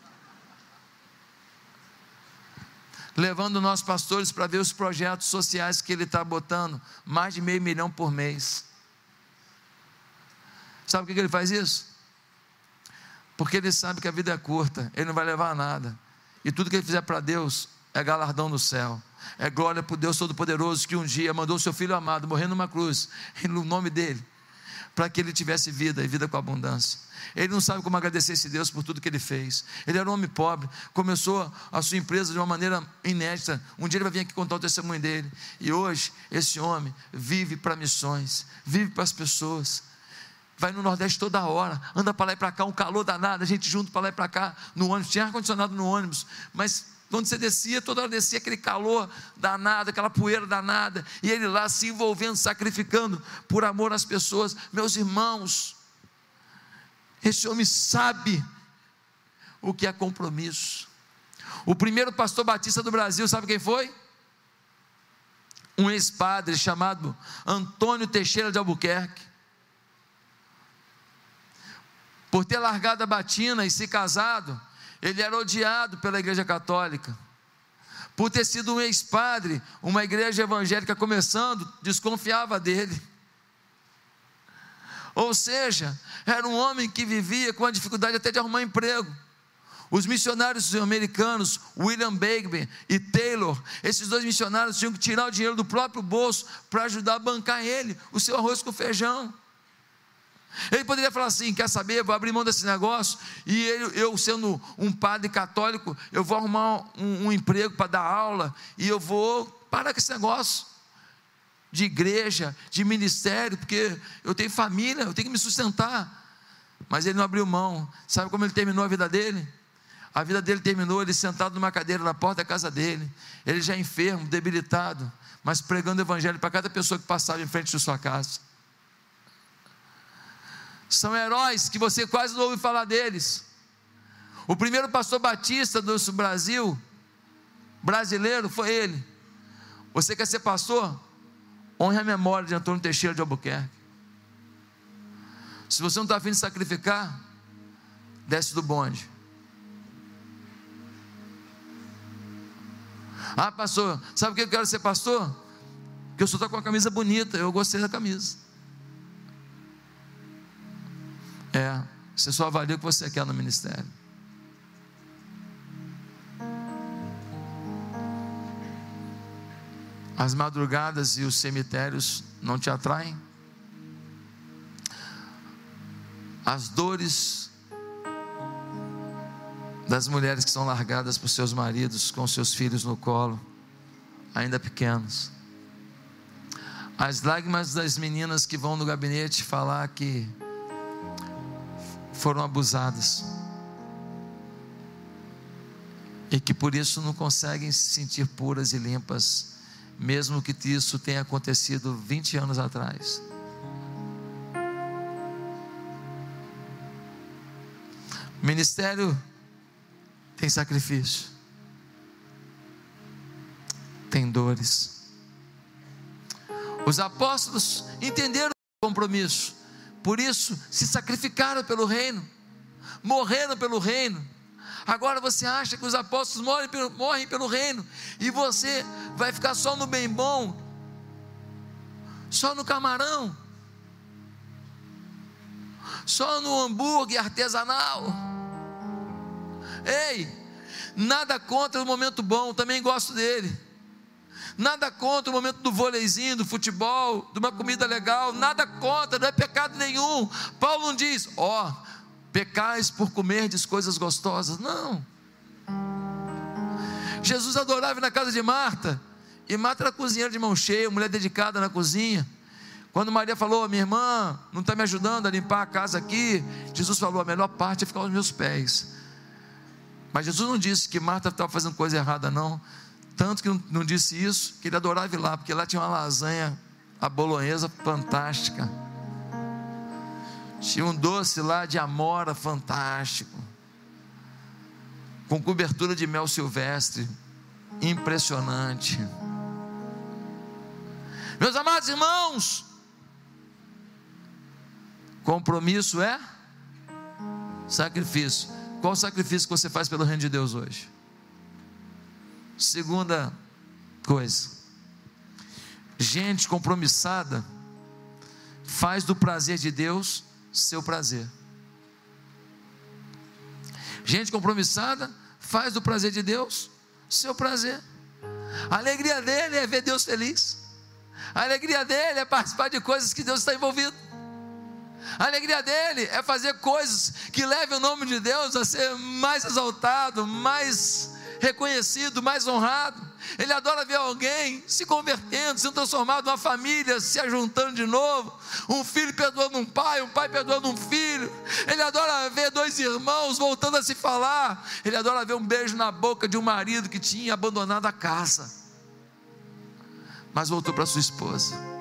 levando nossos pastores para ver os projetos sociais que ele está botando, mais de 500 mil por mês. Sabe por que ele faz isso? Porque ele sabe que a vida é curta, ele não vai levar nada, e tudo que ele fizer para Deus é galardão no céu, é glória para o Deus Todo-Poderoso, que um dia mandou o seu Filho amado morrer numa cruz, no nome dele, para que ele tivesse vida, e vida com abundância. Ele não sabe como agradecer esse Deus por tudo que ele fez. Ele era um homem pobre, começou a sua empresa de uma maneira inédita. Um dia ele vai vir aqui contar o testemunho dele, e hoje esse homem vive para missões, vive para as pessoas, vai no Nordeste toda hora, anda para lá e para cá, um calor danado, a gente junto para lá e para cá, no ônibus, tinha ar-condicionado no ônibus, mas quando você descia, toda hora descia aquele calor danado, aquela poeira danada, e ele lá se envolvendo, sacrificando por amor às pessoas. Meus irmãos, esse homem sabe o que é compromisso. O primeiro pastor batista do Brasil, sabe quem foi? Um ex-padre chamado Antônio Teixeira de Albuquerque. Por ter largado a batina e se casado, ele era odiado pela igreja católica. Por ter sido um ex-padre, uma igreja evangélica começando, desconfiava dele. Ou seja, era um homem que vivia com a dificuldade até de arrumar emprego. Os missionários americanos, William Bagbin e Taylor, esses dois missionários tinham que tirar o dinheiro do próprio bolso para ajudar a bancar ele, o seu arroz com feijão. Ele poderia falar assim, quer saber, vou abrir mão desse negócio, e eu sendo um padre católico, eu vou arrumar um emprego para dar aula, e eu vou parar com esse negócio de igreja, de ministério, porque eu tenho família, eu tenho que me sustentar. Mas ele não abriu mão. Sabe como ele terminou a vida dele? A vida dele terminou, ele sentado numa cadeira na porta da casa dele, ele já enfermo, debilitado, mas pregando o evangelho para cada pessoa que passava em frente de sua casa. São heróis que você quase não ouve falar deles. O primeiro pastor batista do Brasil, brasileiro, foi ele. Você quer ser pastor? Honre a memória de Antônio Teixeira de Albuquerque. Se você não está afim de sacrificar, desce do bonde. Ah, pastor, sabe por que eu quero ser pastor? Porque eu só estou com uma camisa bonita, eu gostei da camisa. Você só avalia o que você quer no ministério. As madrugadas e os cemitérios não te atraem? As dores das mulheres que são largadas por seus maridos com seus filhos no colo, ainda pequenos. As lágrimas das meninas que vão no gabinete falar que foram abusadas e que por isso não conseguem se sentir puras e limpas, mesmo que isso tenha acontecido 20 anos atrás. O ministério tem sacrifício, tem dores. Os apóstolos entenderam o compromisso, por isso se sacrificaram pelo reino, morreram pelo reino. Agora você acha que os apóstolos morrem pelo reino e você vai ficar só no bem bom, só no camarão, só no hambúrguer artesanal? Ei, nada contra o momento bom, também gosto dele. Nada contra o momento do vôleizinho, do futebol, de uma comida legal, nada contra, não é pecado nenhum. Paulo não diz, pecais por comerdes coisas gostosas, não. Jesus adorava ir na casa de Marta, e Marta era cozinheira de mão cheia, mulher dedicada na cozinha. Quando Maria falou, minha irmã não está me ajudando a limpar a casa aqui, Jesus falou, a melhor parte é ficar aos meus pés. Mas Jesus não disse que Marta estava fazendo coisa errada, não. Tanto que não disse isso, que ele adorava ir lá, porque lá tinha uma lasanha, a bolonhesa fantástica. Tinha um doce lá de amora fantástico, com cobertura de mel silvestre, impressionante. Meus amados irmãos, compromisso é sacrifício. Qual o sacrifício que você faz pelo reino de Deus hoje? Segunda coisa, gente compromissada faz do prazer de Deus seu prazer. Gente compromissada faz do prazer de Deus seu prazer. A alegria dele é ver Deus feliz. A alegria dele é participar de coisas que Deus está envolvido. A alegria dele é fazer coisas que levem o nome de Deus a ser mais exaltado, mais reconhecido, mais honrado. Ele adora ver alguém se convertendo, sendo transformado, uma família se ajuntando de novo, um filho perdoando um pai perdoando um filho. Ele adora ver dois irmãos voltando a se falar. Ele adora ver um beijo na boca de um marido que tinha abandonado a casa, mas voltou para sua esposa.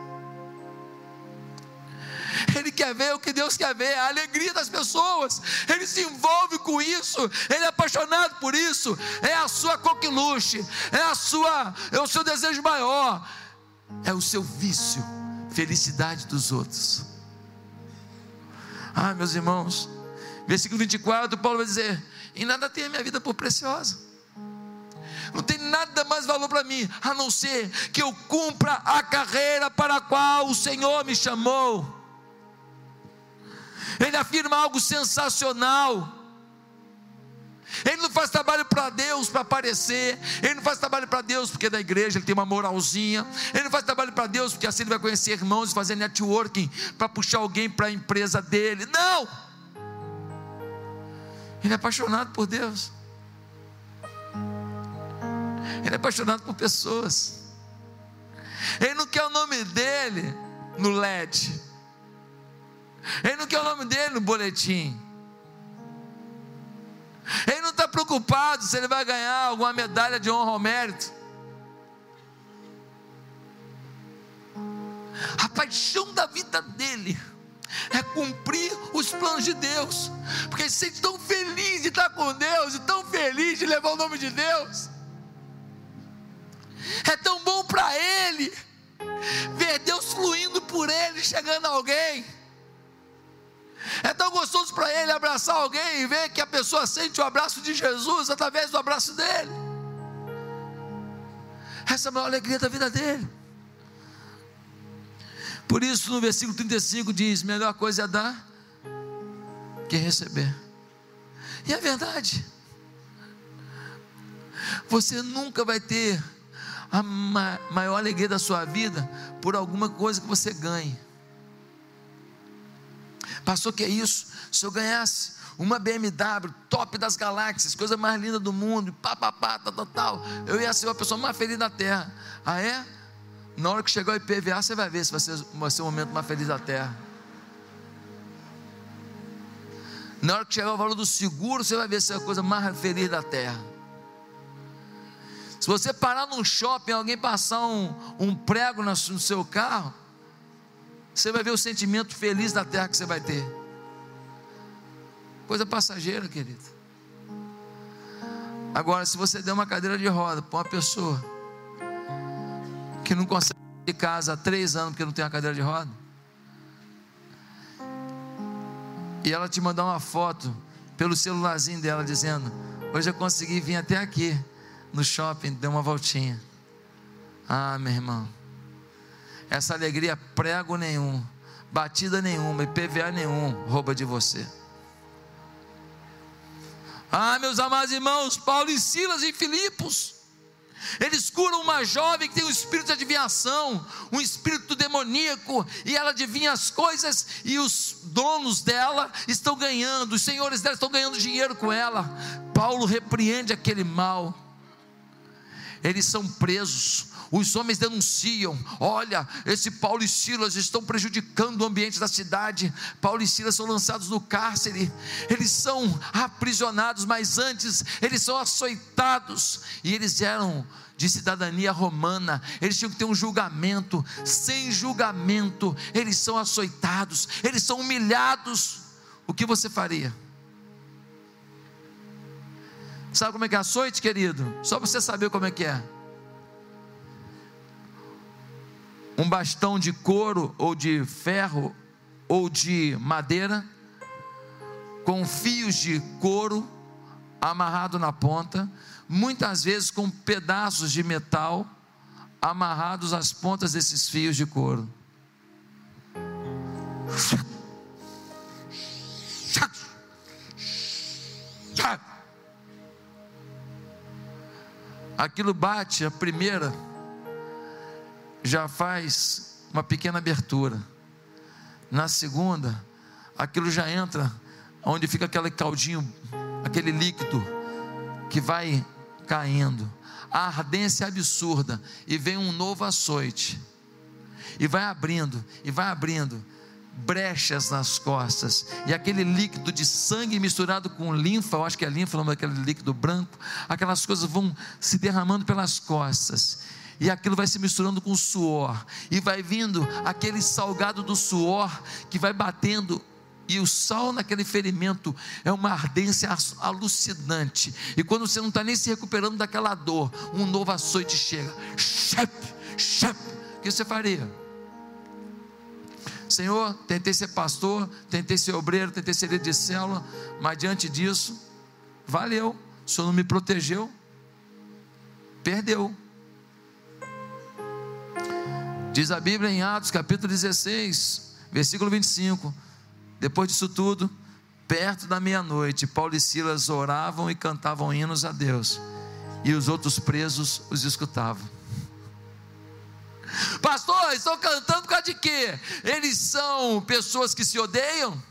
Ele quer ver o que Deus quer ver, a alegria das pessoas. Ele se envolve com isso, ele é apaixonado por isso. É a sua coqueluche, é o seu desejo maior, é o seu vício, felicidade dos outros. Meus irmãos, versículo 24, Paulo vai dizer: em nada tenho a minha vida por preciosa. Não tem nada mais valor para mim, a não ser que eu cumpra a carreira para a qual o Senhor me chamou. Ele afirma algo sensacional. Ele não faz trabalho para Deus para aparecer. Ele não faz trabalho para Deus porque da igreja ele tem uma moralzinha. Ele não faz trabalho para Deus porque assim ele vai conhecer irmãos e fazer networking para puxar alguém para a empresa dele. Não! Ele é apaixonado por Deus. Ele é apaixonado por pessoas. Ele não quer o nome dele no LED. Ele não quer o nome dele no boletim. Ele não está preocupado se ele vai ganhar alguma medalha de honra ao mérito. A paixão da vida dele é cumprir os planos de Deus, porque ele se sente tão feliz de estar com Deus, e tão feliz de levar o nome de Deus. É tão bom para ele ver Deus fluindo por ele, chegando a alguém. É tão gostoso para ele abraçar alguém e ver que a pessoa sente o abraço de Jesus através do abraço dele. Essa é a maior alegria da vida dele. Por isso no versículo 35 diz: melhor coisa é dar que receber. E é verdade. Você nunca vai ter a maior alegria da sua vida por alguma coisa que você ganhe. Pastor, que é isso? Se eu ganhasse uma BMW top das galáxias, coisa mais linda do mundo, tal, eu ia ser a pessoa mais feliz da terra. Ah, é? Na hora que chegar o IPVA, você vai ver se vai ser o momento mais feliz da terra. Na hora que chegar o valor do seguro, você vai ver se é a coisa mais feliz da terra. Se você parar num shopping, alguém passar um prego no seu carro, você vai ver o sentimento feliz da terra que você vai ter. Coisa passageira, querido. Agora, se você der uma cadeira de roda para uma pessoa que não consegue sair de casa há 3 anos porque não tem uma cadeira de roda, e ela te mandar uma foto pelo celularzinho dela dizendo: hoje eu consegui vir até aqui no shopping, deu uma voltinha. Ah, meu irmão, essa alegria prego nenhum, batida nenhuma, IPVA nenhum rouba de você. Ah, meus amados irmãos, Paulo e Silas em Filipos, eles curam uma jovem que tem um espírito de adivinhação, um espírito demoníaco, e ela adivinha as coisas, e os donos dela estão ganhando, os senhores dela estão ganhando dinheiro com ela. Paulo repreende aquele mal. Eles são presos, os homens denunciam: olha, esse Paulo e Silas estão prejudicando o ambiente da cidade. Paulo e Silas são lançados no cárcere, eles são aprisionados, mas antes eles são açoitados, e eles eram de cidadania romana, eles tinham que ter um julgamento. Sem julgamento, eles são açoitados, eles são humilhados. O que você faria? Sabe como é que é açoite, querido? Só para você saber como é que é. Um bastão de couro, ou de ferro, ou de madeira, com fios de couro amarrado na ponta, muitas vezes com pedaços de metal amarrados às pontas desses fios de couro. Aquilo bate, a primeira já faz uma pequena abertura, na segunda aquilo já entra onde fica aquele caldinho, aquele líquido que vai caindo, a ardência absurda, e vem um novo açoite, e vai abrindo brechas nas costas, e aquele líquido de sangue misturado com linfa, eu acho que é linfa, o nome daquele líquido branco, aquelas coisas vão se derramando pelas costas, e aquilo vai se misturando com o suor, e vai vindo aquele salgado do suor, que vai batendo, e o sal naquele ferimento é uma ardência alucinante, e quando você não está nem se recuperando daquela dor, um novo açoite chega, o que você faria? Senhor, tentei ser pastor, tentei ser obreiro, tentei ser líder de célula, mas diante disso, valeu, o Senhor não me protegeu, perdeu. Diz a Bíblia em Atos capítulo 16, versículo 25, depois disso tudo, perto da meia-noite, Paulo e Silas oravam e cantavam hinos a Deus, e os outros presos os escutavam. Pastor, estão cantando por causa de quê? Eles são pessoas que se odeiam?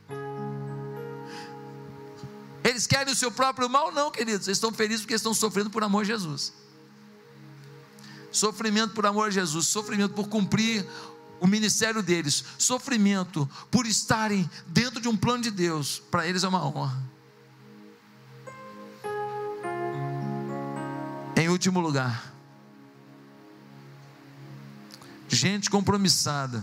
Eles querem o seu próprio mal? Não, queridos, eles estão felizes porque estão sofrendo por amor a Jesus. Sofrimento por amor a Jesus, sofrimento por cumprir o ministério deles, sofrimento por estarem dentro de um plano de Deus, para eles é uma honra. último lugar, gente compromissada.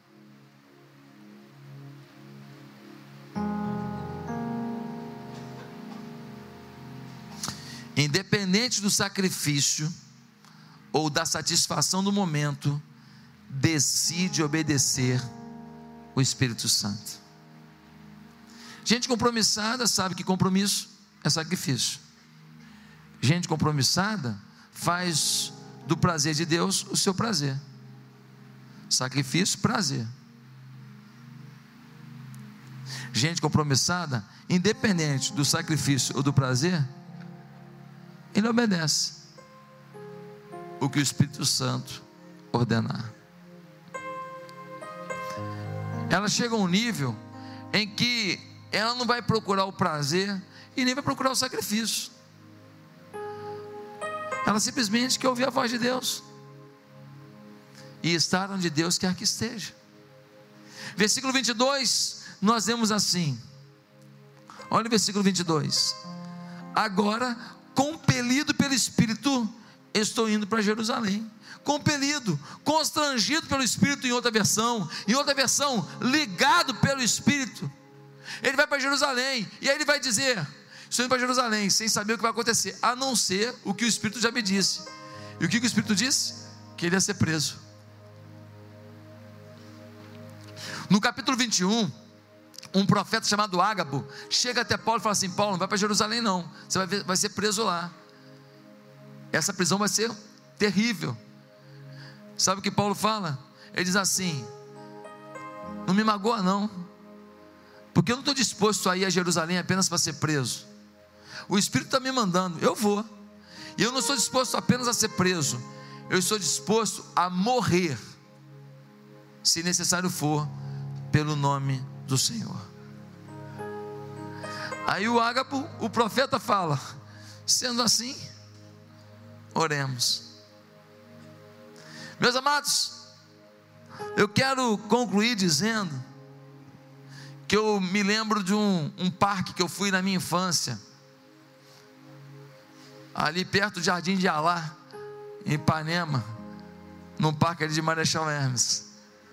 Independente do sacrifício ou da satisfação do momento, decide obedecer o Espírito Santo. Gente compromissada sabe que compromisso é sacrifício. Gente compromissada faz do prazer de Deus o seu prazer. Sacrifício, prazer. Gente compromissada, independente do sacrifício ou do prazer, ele obedece o que o Espírito Santo ordenar. Ela chega a um nível em que ela não vai procurar o prazer e nem vai procurar o sacrifício. Ela simplesmente quer ouvir a voz de Deus e estar onde Deus quer que esteja. Versículo 22, nós lemos assim, olha o versículo 22: agora, compelido pelo Espírito, estou indo para Jerusalém. Compelido, constrangido pelo Espírito, em outra versão, ligado pelo Espírito, ele vai para Jerusalém, e aí ele vai dizer: estou indo para Jerusalém, sem saber o que vai acontecer, a não ser o que o Espírito já me disse. E o que o Espírito disse? Que ele ia ser preso. No capítulo 21, um profeta chamado Ágabo chega até Paulo e fala assim: Paulo, não vai para Jerusalém não, você vai ser preso lá, essa prisão vai ser terrível. Sabe o que Paulo fala? Ele diz assim: não me magoa não, porque eu não estou disposto a ir a Jerusalém apenas para ser preso. O Espírito está me mandando, eu vou, e eu não estou disposto apenas a ser preso, eu estou disposto a morrer, se necessário for, pelo nome do Senhor. Aí o Ágabo, o profeta, fala: sendo assim, oremos. Meus amados, eu quero concluir dizendo que eu me lembro de um parque que eu fui na minha infância, ali perto do Jardim de Alá, em Ipanema, num parque ali de Marechal Hermes.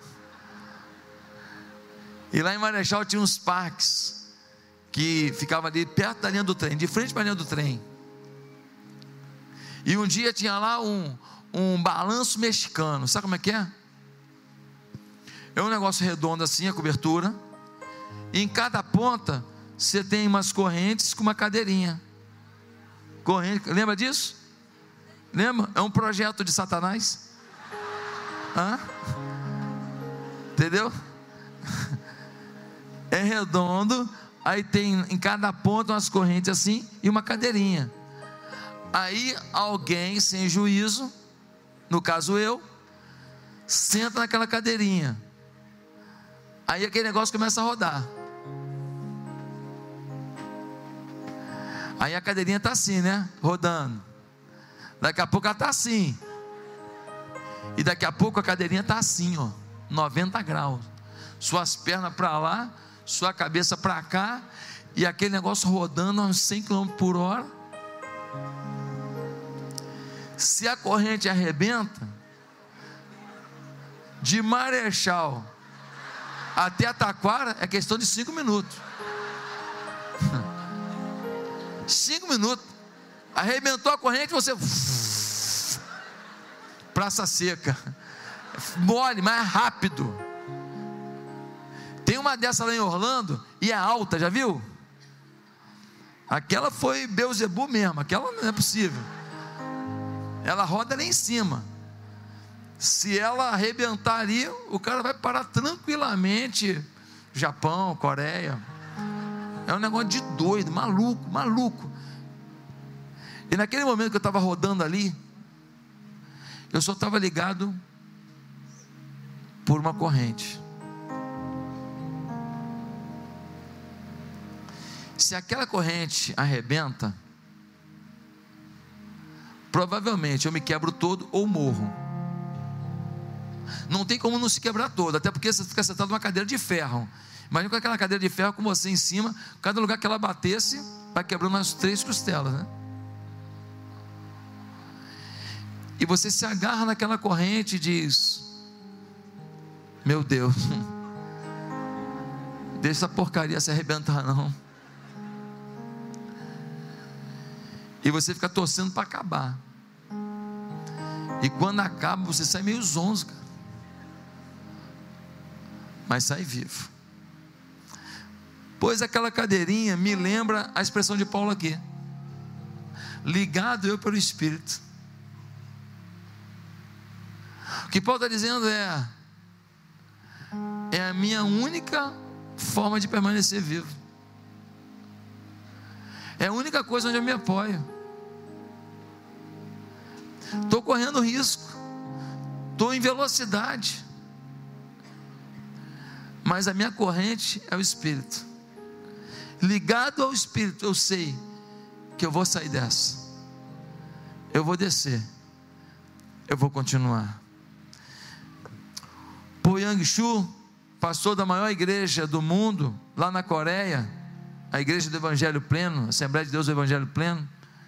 E lá em Marechal tinha uns parques que ficavam ali perto da linha do trem, de frente para a linha do trem. E um dia tinha lá um balanço mexicano. Sabe como é que é? É um negócio redondo assim, a cobertura, e em cada ponta você tem umas correntes com uma cadeirinha. Lembra disso? Lembra? É um projeto de Satanás. Entendeu? É redondo, aí tem em cada ponta umas correntes assim e uma cadeirinha. Aí alguém sem juízo, no caso eu, senta naquela cadeirinha. Aí aquele negócio começa a rodar. Aí a cadeirinha está assim, né? Rodando. Daqui a pouco ela está assim. E daqui a pouco a cadeirinha está assim, ó, 90 graus. Suas pernas para lá, sua cabeça para cá, e aquele negócio rodando a uns 100 km por hora. Se a corrente arrebenta, de Marechal até Taquara é questão de 5 minutos. 5 minutos. Arrebentou a corrente, você praça seca, mole, mais rápido. Tem uma dessa lá em Orlando e é alta, já viu? Aquela foi Beelzebub mesmo, aquela não é possível. Ela roda lá em cima. Se ela arrebentar ali, o cara vai parar tranquilamente. Japão, Coreia. É um negócio de doido, maluco. E naquele momento que eu estava rodando ali, eu só estava ligado por uma corrente. Se aquela corrente arrebenta, provavelmente eu me quebro todo ou morro. Não tem como não se quebrar todo, até porque você fica sentado numa cadeira de ferro. Imagina com aquela cadeira de ferro com você em cima, cada lugar que ela batesse, vai quebrando as 3 costelas, né? e você se agarra naquela corrente e diz: meu Deus, deixa essa porcaria se arrebentar não. E você fica torcendo para acabar, e quando acaba você sai meio zonzo, cara, mas sai vivo. Pois aquela cadeirinha me lembra a expressão de Paulo aqui: ligado eu pelo Espírito. O que Paulo está dizendo é a minha única forma de permanecer vivo, é a única coisa onde eu me apoio. Estou correndo risco, estou em velocidade, mas a minha corrente é o Espírito. Ligado ao Espírito, eu sei que eu vou sair dessa, eu vou descer, eu vou continuar. Po Yang-Shu, pastor da maior igreja do mundo, lá na Coreia, a igreja do Evangelho Pleno, Assembleia de Deus do Evangelho Pleno.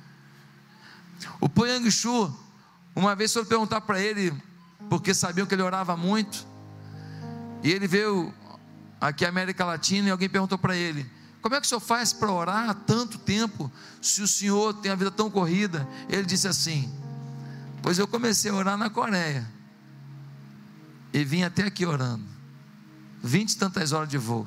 O Po Yang-Shu, uma vez foram perguntar para ele, porque sabiam que ele orava muito, e ele veio aqui à América Latina, e alguém perguntou para ele: como é que o senhor faz para orar há tanto tempo, se o senhor tem a vida tão corrida? Ele disse assim: pois eu comecei a orar na Coreia, e vim até aqui orando, 20 e tantas horas de voo.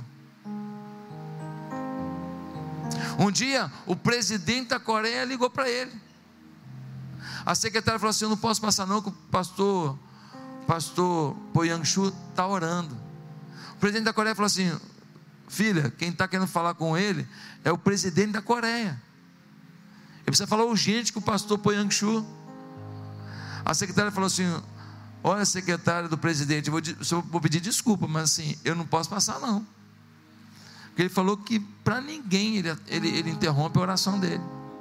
Um dia, o presidente da Coreia ligou para ele, a secretária falou assim: eu não posso passar não, que o pastor Po Yang-Shu está orando. O presidente da Coreia falou assim: filha, quem está querendo falar com ele é o presidente da Coreia, ele precisa falar urgente com o pastor Po Yang-Shu. A secretária falou assim: olha, secretária do presidente, eu vou pedir desculpa, mas assim, eu não posso passar não, porque ele falou que para ninguém ele interrompe a oração dele.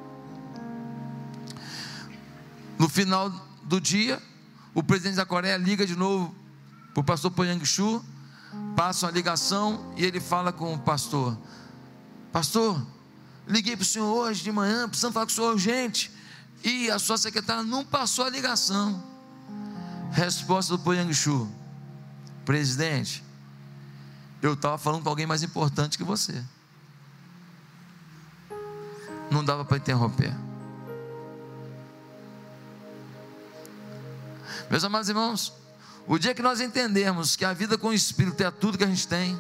No final do dia, o presidente da Coreia liga de novo para o pastor Po Yang-Shu, passa uma ligação e ele fala com o pastor: pastor, liguei para o senhor hoje de manhã, precisamos falar com o senhor urgente, e a sua secretária não passou a ligação. Resposta do Po Yang-Shu: presidente, eu estava falando com alguém mais importante que você, não dava para interromper. Meus amados irmãos, o dia que nós entendermos que a vida com o Espírito é tudo que a gente tem,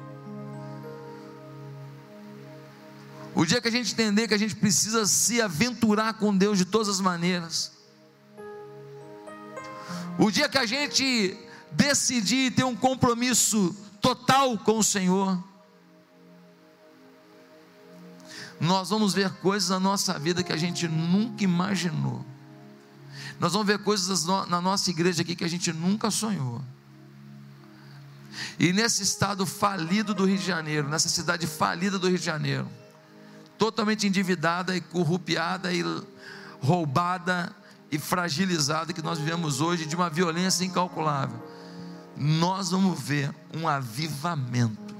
o dia que a gente entender que a gente precisa se aventurar com Deus de todas as maneiras, o dia que a gente decidir ter um compromisso total com o Senhor, nós vamos ver coisas na nossa vida que a gente nunca imaginou. Nós vamos ver coisas na nossa igreja aqui que a gente nunca sonhou. E nesse estado falido do Rio de Janeiro, nessa cidade falida do Rio de Janeiro, totalmente endividada e corrupiada e roubada e fragilizada que nós vivemos hoje, de uma violência incalculável, nós vamos ver um avivamento.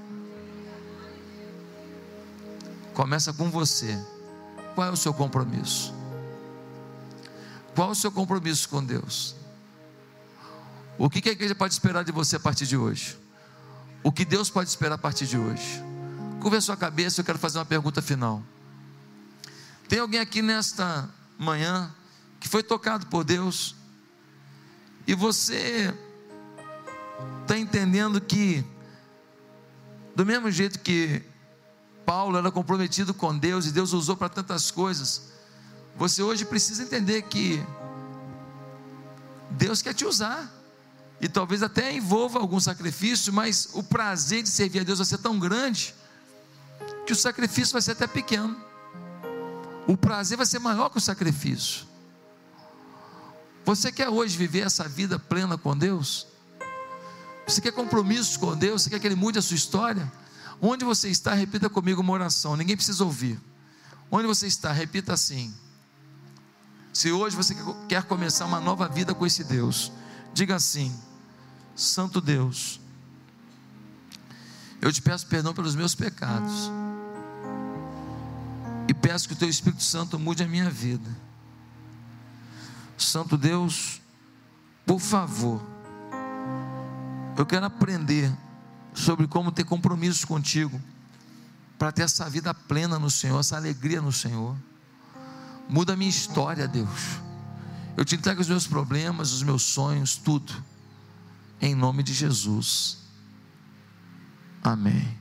Começa com você. Qual é o seu compromisso? Qual é o seu compromisso com Deus? O que a igreja pode esperar de você a partir de hoje? O que Deus pode esperar a partir de hoje? Curva a sua cabeça, eu quero fazer uma pergunta final. Tem alguém aqui nesta manhã que foi tocado por Deus, e você está entendendo que, do mesmo jeito que Paulo era comprometido com Deus, e Deus usou para tantas coisas, você hoje precisa entender que Deus quer te usar, e talvez até envolva algum sacrifício, mas o prazer de servir a Deus vai ser tão grande, que o sacrifício vai ser até pequeno, o prazer vai ser maior que o sacrifício. Você quer hoje viver essa vida plena com Deus? Você quer compromisso com Deus? Você quer que Ele mude a sua história? Onde você está, repita comigo uma oração, ninguém precisa ouvir. Onde você está, repita assim. Se hoje você quer começar uma nova vida com esse Deus, diga assim: Santo Deus, eu te peço perdão pelos meus pecados, e peço que o Teu Espírito Santo mude a minha vida. Santo Deus, por favor, eu quero aprender sobre como ter compromisso contigo, para ter essa vida plena no Senhor, essa alegria no Senhor. Muda a minha história, Deus. Eu te entrego os meus problemas, os meus sonhos, tudo, em nome de Jesus. Amém.